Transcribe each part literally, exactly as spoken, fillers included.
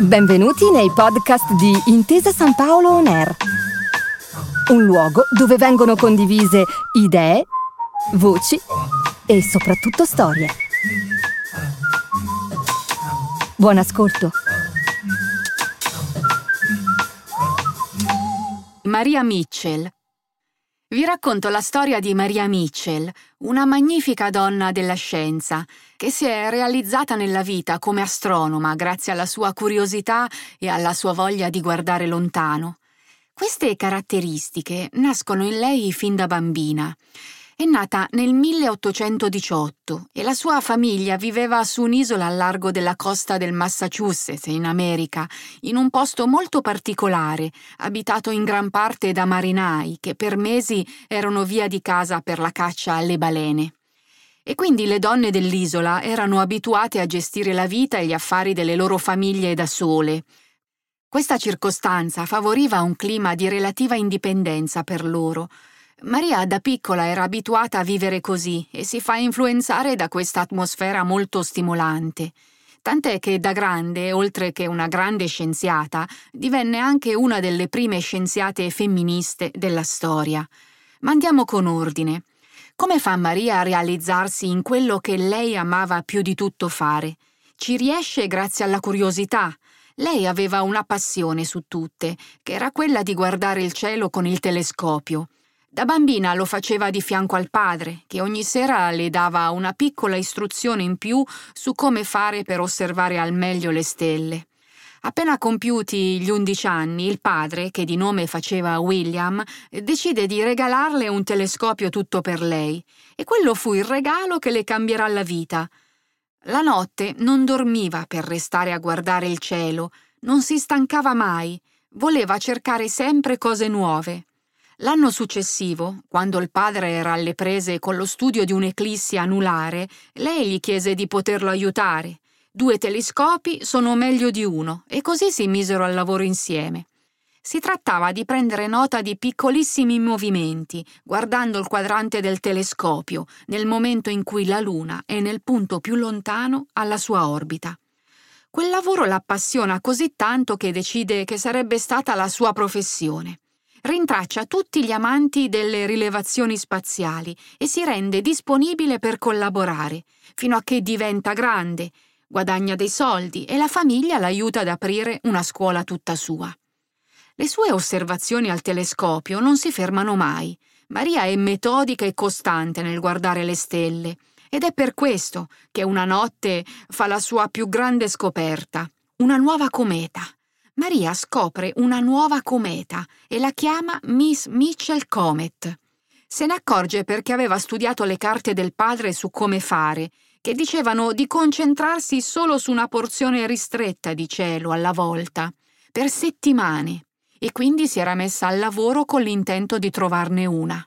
Benvenuti nei podcast di Intesa San Paolo On Air, un luogo dove vengono condivise idee, voci e soprattutto storie. Buon ascolto. Maria Mitchell. Vi racconto la storia di Maria Mitchell, una magnifica donna della scienza che si è realizzata nella vita come astronoma grazie alla sua curiosità e alla sua voglia di guardare lontano. Queste caratteristiche nascono in lei fin da bambina. È nata nel milleottocentodiciotto e la sua famiglia viveva su un'isola al largo della costa del Massachusetts, in America, in un posto molto particolare, abitato in gran parte da marinai che per mesi erano via di casa per la caccia alle balene. E quindi le donne dell'isola erano abituate a gestire la vita e gli affari delle loro famiglie da sole. Questa circostanza favoriva un clima di relativa indipendenza per loro. Maria da piccola era abituata a vivere così e si fa influenzare da questa atmosfera molto stimolante. Tant'è che da grande, oltre che una grande scienziata, divenne anche una delle prime scienziate femministe della storia. Ma andiamo con ordine. Come fa Maria a realizzarsi in quello che lei amava più di tutto fare? Ci riesce grazie alla curiosità. Lei aveva una passione su tutte, che era quella di guardare il cielo con il telescopio. Da bambina lo faceva di fianco al padre, che ogni sera le dava una piccola istruzione in più su come fare per osservare al meglio le stelle. Appena compiuti gli undici anni, il padre, che di nome faceva William, decide di regalarle un telescopio tutto per lei, e quello fu il regalo che le cambierà la vita. La notte non dormiva per restare a guardare il cielo, non si stancava mai, voleva cercare sempre cose nuove. L'anno successivo, quando il padre era alle prese con lo studio di un'eclissi anulare, lei gli chiese di poterlo aiutare. Due telescopi sono meglio di uno, e così si misero al lavoro insieme. Si trattava di prendere nota di piccolissimi movimenti, guardando il quadrante del telescopio, nel momento in cui la Luna è nel punto più lontano alla sua orbita. Quel lavoro l'appassiona così tanto che decide che sarebbe stata la sua professione. Rintraccia tutti gli amanti delle rilevazioni spaziali e si rende disponibile per collaborare, fino a che diventa grande, guadagna dei soldi e la famiglia l'aiuta ad aprire una scuola tutta sua. Le sue osservazioni al telescopio non si fermano mai. Maria è metodica e costante nel guardare le stelle, ed è per questo che una notte fa la sua più grande scoperta, una nuova cometa. Maria scopre una nuova cometa e la chiama Miss Mitchell Comet. Se ne accorge perché aveva studiato le carte del padre su come fare, che dicevano di concentrarsi solo su una porzione ristretta di cielo alla volta, per settimane, e quindi si era messa al lavoro con l'intento di trovarne una.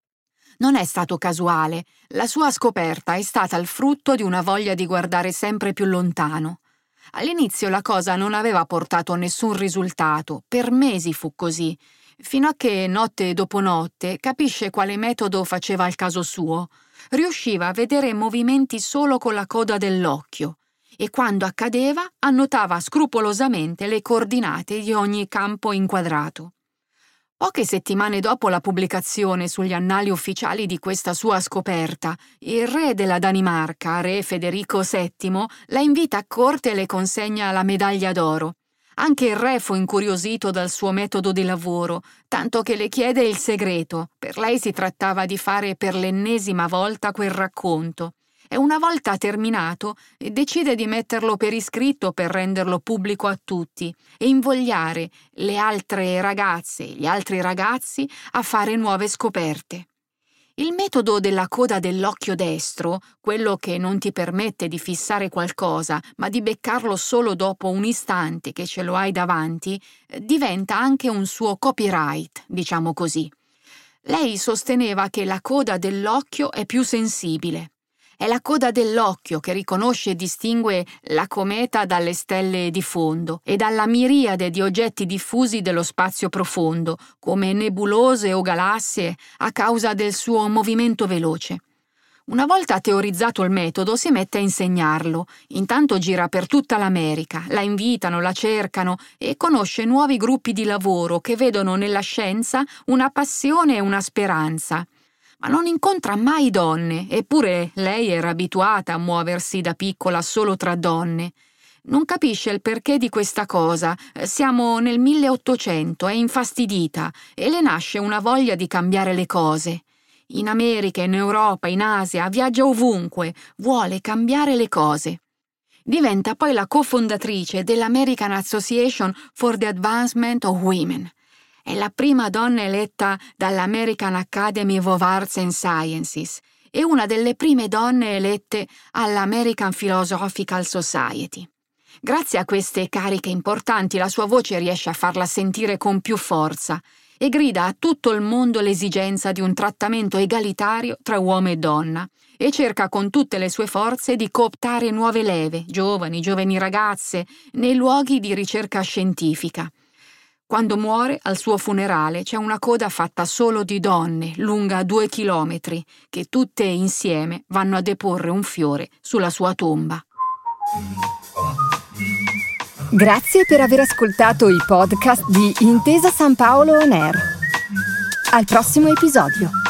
Non è stato casuale, la sua scoperta è stata il frutto di una voglia di guardare sempre più lontano. All'inizio la cosa non aveva portato nessun risultato, per mesi fu così, fino a che, notte dopo notte, capisce quale metodo faceva al caso suo. Riusciva a vedere movimenti solo con la coda dell'occhio, e quando accadeva annotava scrupolosamente le coordinate di ogni campo inquadrato. Poche settimane dopo la pubblicazione sugli annali ufficiali di questa sua scoperta, il re della Danimarca, re Federico settimo, la invita a corte e le consegna la medaglia d'oro. Anche il re fu incuriosito dal suo metodo di lavoro, tanto che le chiede il segreto. Per lei si trattava di fare per l'ennesima volta quel racconto. E una volta terminato, decide di metterlo per iscritto per renderlo pubblico a tutti e invogliare le altre ragazze e gli altri ragazzi a fare nuove scoperte. Il metodo della coda dell'occhio destro, quello che non ti permette di fissare qualcosa, ma di beccarlo solo dopo un istante che ce lo hai davanti, diventa anche un suo copyright, diciamo così. Lei sosteneva che la coda dell'occhio è più sensibile. È la coda dell'occhio che riconosce e distingue la cometa dalle stelle di fondo e dalla miriade di oggetti diffusi dello spazio profondo, come nebulose o galassie, a causa del suo movimento veloce. Una volta teorizzato il metodo, si mette a insegnarlo. Intanto gira per tutta l'America, la invitano, la cercano e conosce nuovi gruppi di lavoro che vedono nella scienza una passione e una speranza. Ma non incontra mai donne, eppure lei era abituata a muoversi da piccola solo tra donne. Non capisce il perché di questa cosa. Siamo nel milleottocento, è infastidita e le nasce una voglia di cambiare le cose. In America, in Europa, in Asia, viaggia ovunque, vuole cambiare le cose. Diventa poi la cofondatrice dell'American Association for the Advancement of Women. È la prima donna eletta dall'American Academy of Arts and Sciences e una delle prime donne elette all'American Philosophical Society. Grazie a queste cariche importanti la sua voce riesce a farla sentire con più forza e grida a tutto il mondo l'esigenza di un trattamento egalitario tra uomo e donna e cerca con tutte le sue forze di cooptare nuove leve, giovani, giovani ragazze, nei luoghi di ricerca scientifica. Quando muore, al suo funerale c'è una coda fatta solo di donne, lunga due chilometri, che tutte insieme vanno a deporre un fiore sulla sua tomba. Grazie per aver ascoltato i podcast di Intesa San Paolo On Air. Al prossimo episodio.